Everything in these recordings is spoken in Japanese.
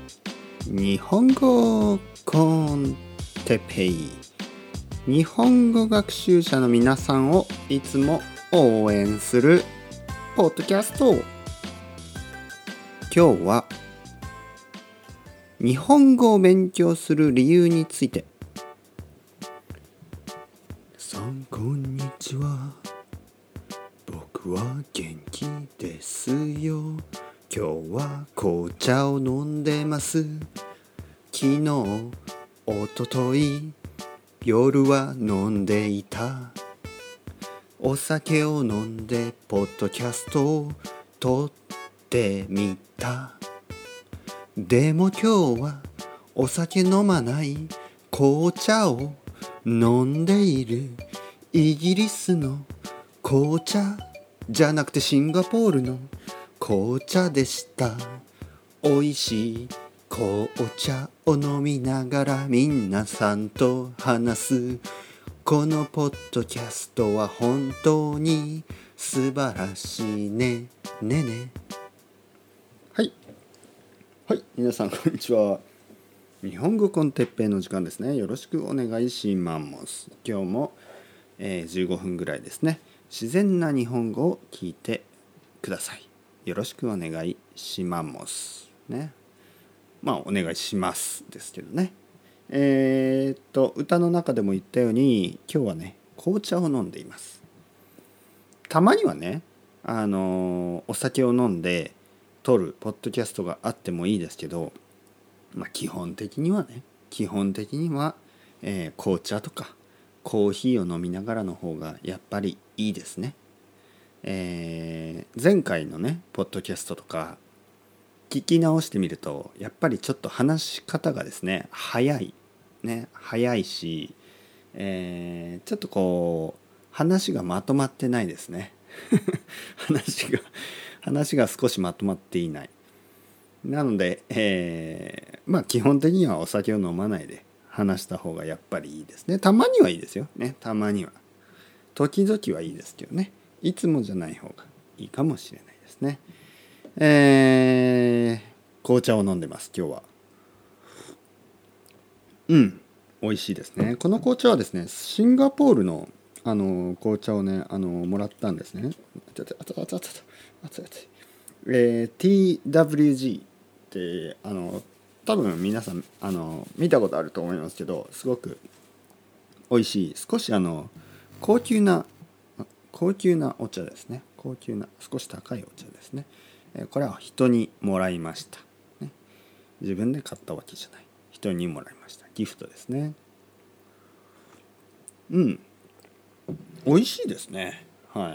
日本語コンテペイ、日本語学習者の皆さんをいつも応援するポッドキャスト。今日は日本語を勉強する理由について。さんこんにちは、僕は元気ですよ。今日は紅茶を飲んでます。昨日、おととい、夜は飲んでいた。お酒を飲んでポッドキャストを撮ってみた。でも今日はお酒飲まない紅茶を飲んでいる。イギリスの紅茶じゃなくてシンガポールの紅茶でした。おいしい紅茶を飲みながら皆さんと話す。このポッドキャストは本当に素晴らしいね。ねね。はい。はい。皆さんこんにちは。日本語コンテッペイの時間ですね。よろしくお願いします。今日も、15分ぐらいですね。自然な日本語を聞いてください。よろしくお願いしますね。まあお願いしますですけどね。歌の中でも言ったように今日はね紅茶を飲んでいます。たまにはねお酒を飲んで撮るポッドキャストがあってもいいですけど、まあ基本的には、紅茶とかコーヒーを飲みながらの方がやっぱりいいですね。前回のねポッドキャストとか聞き直してみるとやっぱりちょっと話し方がですね早いし、ちょっとこう話がまとまってないですね話が少しまとまっていない。なので、まあ基本的にはお酒を飲まないで話した方がやっぱりいいですね。たまにはいいですよね。たまには時々はいいですけどね。いつもじゃない方がいいかもしれないですね。紅茶を飲んでます今日は。美味しいですね。この紅茶はですねシンガポールの紅茶をねもらったんですね。TWG って多分皆さん見たことあると思いますけど、すごく美味しい、少し高級なお茶ですね。高級な少し高いお茶ですね。これは人にもらいました、ね、自分で買ったわけじゃない、人にもらいました。ギフトですね。美味しいですね。はい。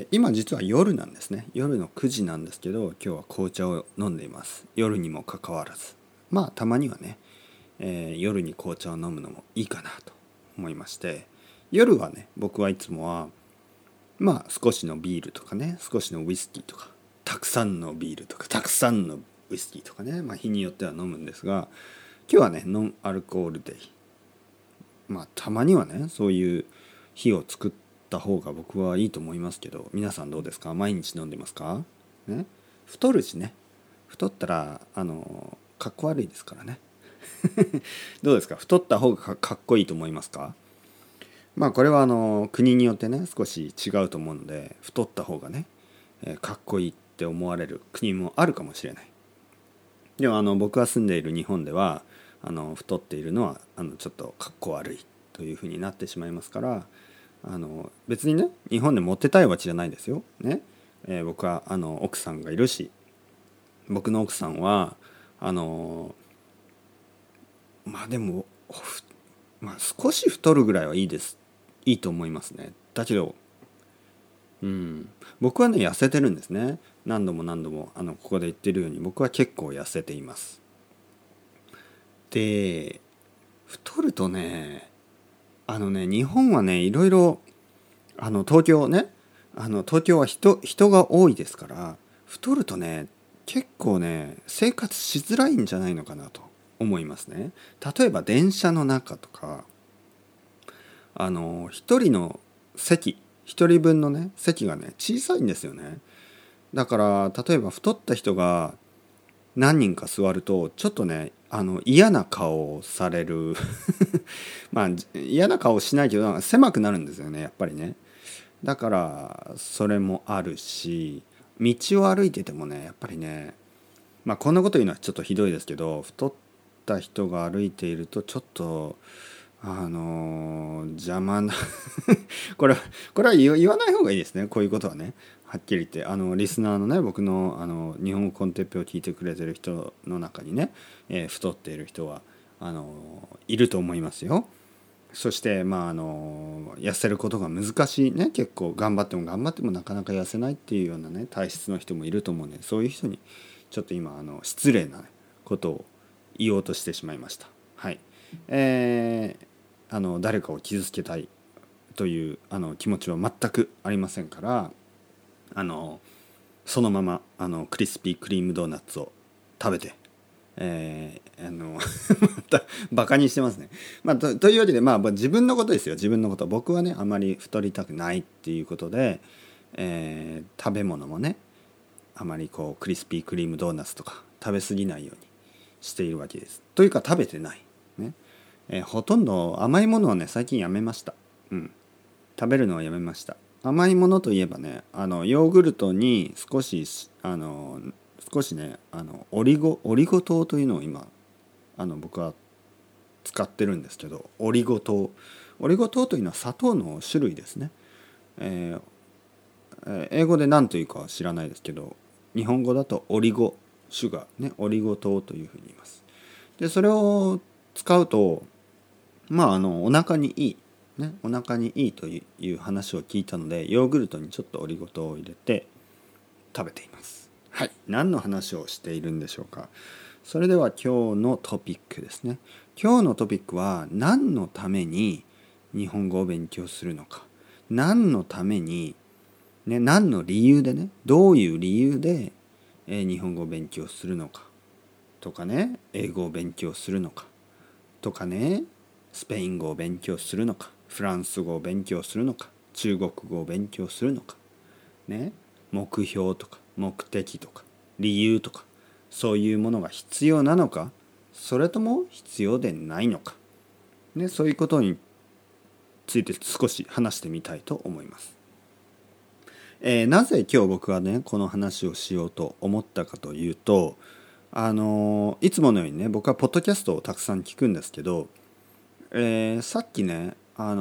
今実は夜なんですね。夜の9時なんですけど、今日は紅茶を飲んでいます。夜にもかかわらず、まあたまにはね、夜に紅茶を飲むのもいいかなと思いまして、夜はね僕はいつもはまあ少しのビールとかね、少しのウイスキーとか、たくさんのビールとかたくさんのウイスキーとかね、まあ日によっては飲むんですが、今日はねノンアルコールデイ。まあたまにはねそういう日を作った方が僕はいいと思いますけど、皆さんどうですか？毎日飲んでますか？ね、太るしね、太ったらかっこ悪いですからねどうですか？太った方がかっこいいと思いますか？まあこれは国によってね少し違うと思うので、太った方がね、かっこいいって思われる国もあるかもしれない。でも僕が住んでいる日本では太っているのはちょっとかっこ悪いというふうになってしまいますから、別にね日本でモテたいわけじゃないですよ、ね。僕は奥さんがいるし、僕の奥さんはまあでもまあ少し太るぐらいはいいです、いいと思いますね。だけど僕はね痩せてるんですね。何度もここで言ってるように僕は結構痩せています。で太るとね日本はねいろいろ東京ね東京は人が多いですから、太るとね結構ね生活しづらいんじゃないのかなと思いますね。例えば電車の中とか一人の一人分のね席がね小さいんですよね。だから例えば太った人が何人か座るとちょっとね嫌な顔をされるまあ嫌な顔しないけど狭くなるんですよねやっぱりね。だからそれもあるし、道を歩いててもねやっぱりね、こんなこと言うのはちょっとひどいですけど、太った人が歩いているとちょっと邪魔なこれこれは言わない方がいいですね、こういうことはね。はっきり言ってリスナーのね、僕の日本語コンテッペを聞いてくれてる人の中にね、太っている人はいると思いますよ。そして痩せることが難しいね、結構頑張っても頑張ってもなかなか痩せないっていうようなね体質の人もいると思うんで、そういう人にちょっと今失礼なことを言おうとしてしまいました。はい。誰かを傷つけたいという気持ちは全くありませんから、そのままクリスピークリームドーナツを食べて、またバカにしてますね。というわけで自分のことですよ、自分のこと。僕はねあまり太りたくないっていうことで、食べ物もねあまりクリスピークリームドーナツとか食べ過ぎないようにしているわけです。というか食べてない、ねほとんど甘いものはね最近やめました。食べるのはやめました。甘いものといえばねヨーグルトに少しねオリゴ糖というのを今僕は使ってるんですけど、オリゴ糖というのは砂糖の種類ですね。英語で何というかは知らないですけど、日本語だとオリゴシュガーね、オリゴ糖というふうに言います。でそれを使うとお腹にいいね、お腹にいいという話を聞いたので、ヨーグルトにちょっとオリゴ糖を入れて食べています。はい、何の話をしているんでしょうか。それでは今日のトピックですね。今日のトピックは何のために日本語を勉強するのか、何のために、何の理由でね、どういう理由で、日本語を勉強するのかとかね、英語を勉強するのかとかね、スペイン語を勉強するのか、フランス語を勉強するのか、中国語を勉強するのか、ね、目標とか目的とか理由とか、そういうものが必要なのか、それとも必要でないのか、そういうことについて少し話してみたいと思います。なぜ今日僕はねこの話をしようと思ったかというと、いつものようにね僕はポッドキャストをたくさん聞くんですけど、さっきね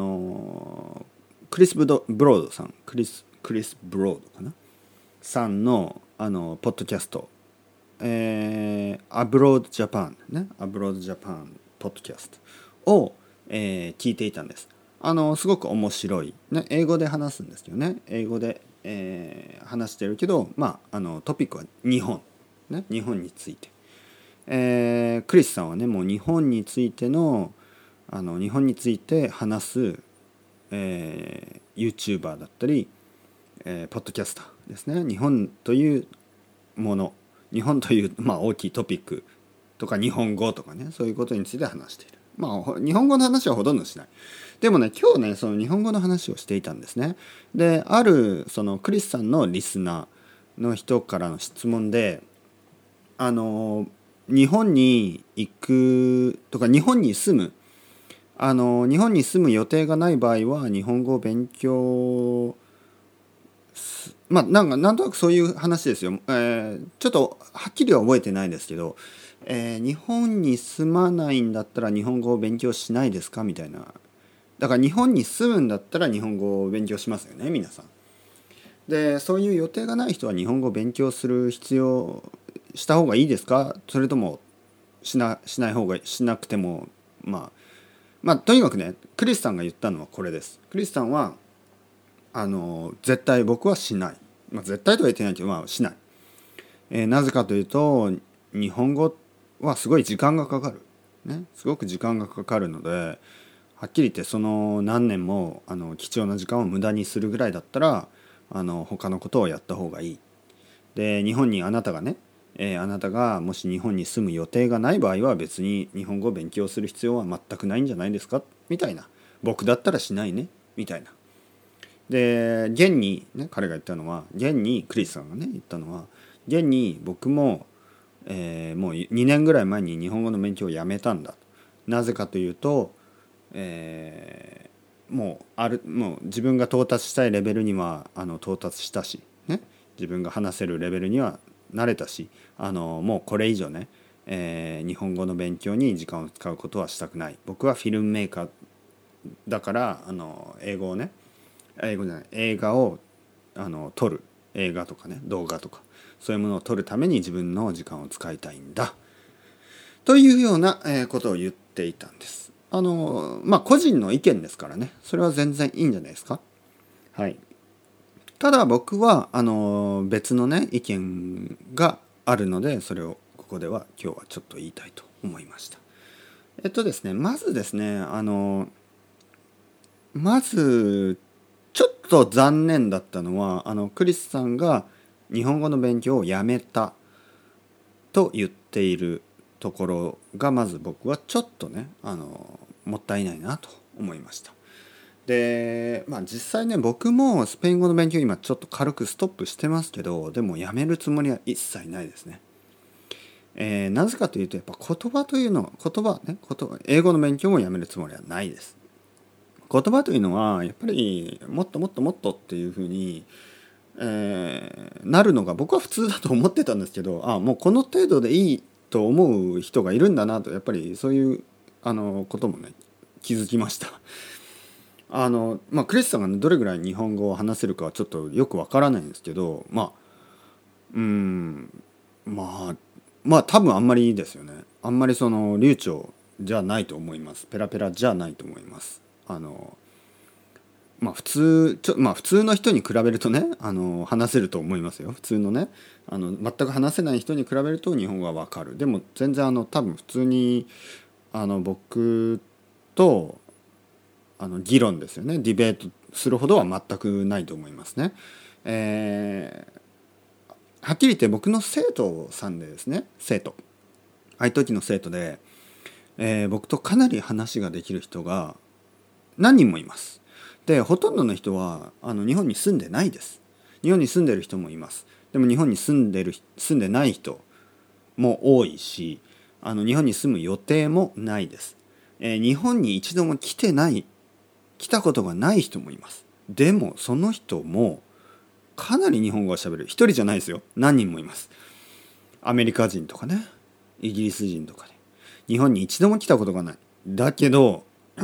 クリス・ブロードさんクリス・ブロードかなさんのポッドキャスト、アブロードジャパンね、アブロードジャパンポッドキャストを、聞いていたんです。すごく面白い、ね、英語で話すんですよね。英語で、話してるけど、トピックは日本、ね、日本について、クリスさんはねもう日本について日本について話す、YouTuber だったり、ポッドキャスターですね。日本というもの、日本という、大きいトピックとか日本語とかね、そういうことについて話している。日本語の話はほとんどしない。でもね今日ねその日本語の話をしていたんですね。であるそのクリスさんのリスナーの人からの質問で、日本に行くとか日本に住む日本に住む予定がない場合は日本語を勉強なんとなくそういう話ですよ。ちょっとはっきりは覚えてないですけど、日本に住まないんだったら日本語を勉強しないですかみたいな。だから日本に住むんだったら日本語を勉強しますよね皆さん。でそういう予定がない人は日本語を勉強する必要した方がいいですか、それともしない方がしなくてもとにかくねクリスさんが言ったのはこれです。クリスさんは絶対僕はしない、絶対とは言ってないけどしない、なぜかというと日本語はすごい時間がかかる、ね、すごく時間がかかるので、はっきり言ってその何年も貴重な時間を無駄にするぐらいだったら他のことをやった方がいい。で日本にあなたがね、あなたがもし日本に住む予定がない場合は別に日本語を勉強する必要は全くないんじゃないですかみたいな。僕だったらしないねみたいな。で現にね彼が言ったのは、現にクリスさんがね言ったのは、現に僕も、 もう2年ぐらい前に日本語の勉強をやめたんだ。なぜかというと、もう自分が到達したいレベルには到達したし、ね、自分が話せるレベルには慣れたし、もうこれ以上ね、日本語の勉強に時間を使うことはしたくない。僕はフィルムメーカーだから英語じゃない、映画を撮る、映画とかね、動画とかそういうものを撮るために自分の時間を使いたいんだというようなことを言っていたんです。個人の意見ですからね、それは全然いいんじゃないですか。はい。ただ僕は別のね意見があるので、それをここでは今日はちょっと言いたいと思いました。ですね、まずですね、まずちょっと残念だったのはクリスさんが日本語の勉強をやめたと言っているところが、まず僕はちょっとねもったいないなと思いました。で実際ね、僕もスペイン語の勉強今ちょっと軽くストップしてますけど、でもやめるつもりは一切ないですね。なぜかというと、やっぱ言葉英語の勉強もやめるつもりはないです。言葉というのはやっぱりもっともっともっとっていうふうに、なるのが僕は普通だと思ってたんですけど、もうこの程度でいいと思う人がいるんだなと、やっぱりそういうこともね気づきました。クリスさんが、ね、どれぐらい日本語を話せるかはちょっとよくわからないんですけど、多分あんまりいいですよね。あんまりその流暢じゃないと思います。ペラペラじゃないと思います。普通の人に比べるとね話せると思いますよ。普通のね全く話せない人に比べると日本語はわかる。でも全然多分普通に僕と議論ですよね、ディベートするほどは全くないと思いますね。はっきり言って僕の生徒さんでですね、時の生徒で、僕とかなり話ができる人が何人もいます。でほとんどの人は日本に住んでないです。日本に住んでる人もいます。でも日本に住んでない人も多いし、日本に住む予定もないです。日本に一度も来たことがない人もいます。でもその人もかなり日本語を喋る。一人じゃないですよ、何人もいます。アメリカ人とかね、イギリス人とかで日本に一度も来たことがない。だけど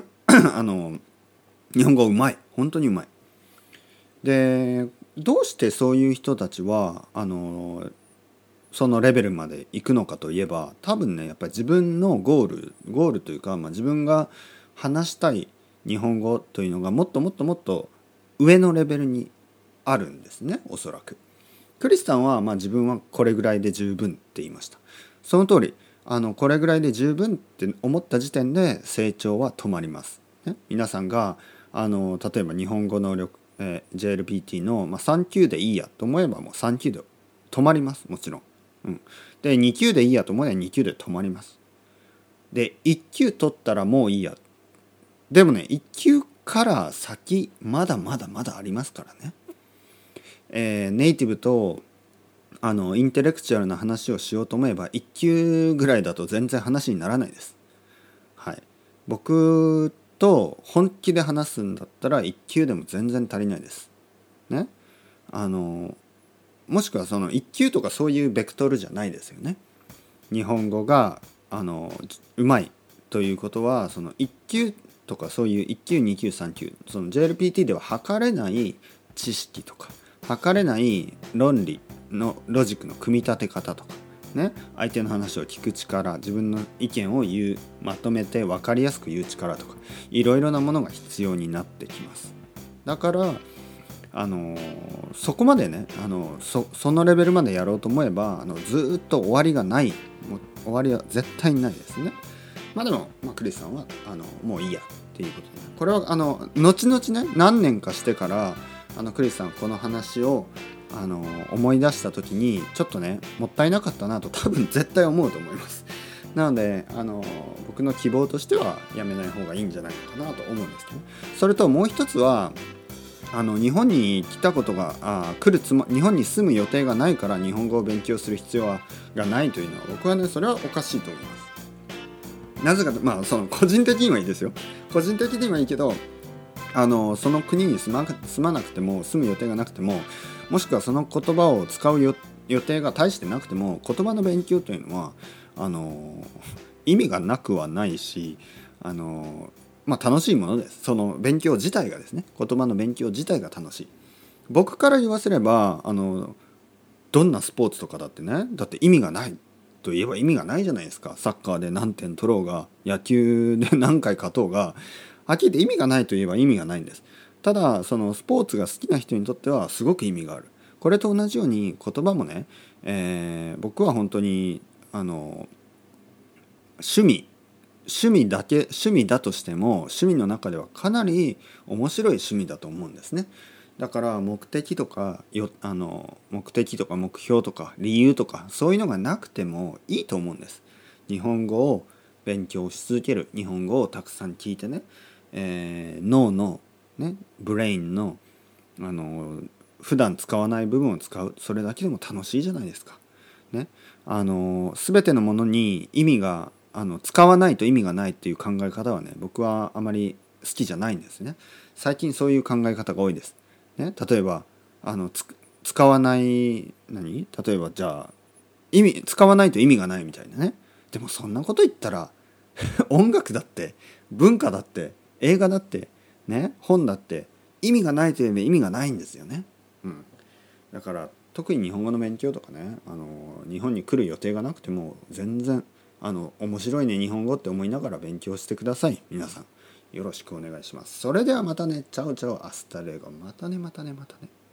日本語うまい、本当にうまい。でどうしてそういう人たちはそのレベルまで行くのかといえば、多分ねやっぱり自分のゴールというか、自分が話したい日本語というのがもっともっともっと上のレベルにあるんですね、おそらく。クリスさんは自分はこれぐらいで十分って言いました。その通りこれぐらいで十分って思った時点で成長は止まります、ね、皆さんが例えば日本語能力、JLPT の、3級でいいやと思えばもう3級で止まります、もちろん。で2級でいいやと思えば2級で止まります。で1級取ったらもういいや。でもね1級から先まだまだまだありますからね。ネイティブとインテレクチュアルな話をしようと思えば1級ぐらいだと全然話にならないです。はい。僕と本気で話すんだったら1級でも全然足りないです。ね。もしくはその1級とかそういうベクトルじゃないですよね。日本語がうまいということはその1級とかそういう1級2級3級、その JLPT では測れない知識とか測れない論理のロジックの組み立て方とかね、相手の話を聞く力、自分の意見をまとめて分かりやすく言う力とかいろいろなものが必要になってきます。だからそこまでねそのレベルまでやろうと思えばずっと終わりがない、終わりは絶対にないですね。でも、クリスさんはもういいやっていうことで、これは後々ね何年かしてからクリスさんこの話を思い出した時にちょっとねもったいなかったなと多分絶対思うと思います。なので僕の希望としてはやめない方がいいんじゃないかなと思うんですけど、それともう一つは日本に来たことが日本に住む予定がないから日本語を勉強する必要がないというのは、僕はねそれはおかしいと思います。なぜかと、その個人的にはいいですよ。個人的にはいいけど、その国に住まなくても、住む予定がなくても、もしくはその言葉を使う予定が大してなくても、言葉の勉強というのは意味がなくはないし、楽しいものです。その勉強自体がですね、言葉の勉強自体が楽しい。僕から言わせればどんなスポーツとかだってね、だって意味がないといえば意味がないじゃないですか。サッカーで何点取ろうが、野球で何回勝とうが、はっきり言って意味がないといえば意味がないんです。ただそのスポーツが好きな人にとってはすごく意味がある。これと同じように言葉もね、僕は本当に趣味だとしても、趣味の中ではかなり面白い趣味だと思うんですね。だから目的とか目標とか理由とかそういうのがなくてもいいと思うんです。日本語を勉強し続ける、日本語をたくさん聞いてね、脳のね、ブレインの普段使わない部分を使う、それだけでも楽しいじゃないですか。ね、全てのものに意味が使わないと意味がないっていう考え方はね、僕はあまり好きじゃないんですね。最近そういう考え方が多いです。ね、例えば使わない例えばじゃあ使わないと意味がないみたいなね。でもそんなこと言ったら音楽だって文化だって映画だってね、本だって意味がないといえば意味がないんですよね。だから特に日本語の勉強とかね、日本に来る予定がなくても全然面白いね日本語って思いながら勉強してください。皆さんよろしくお願いします。それではまたね。チャオチャオアスタレゴ。またね。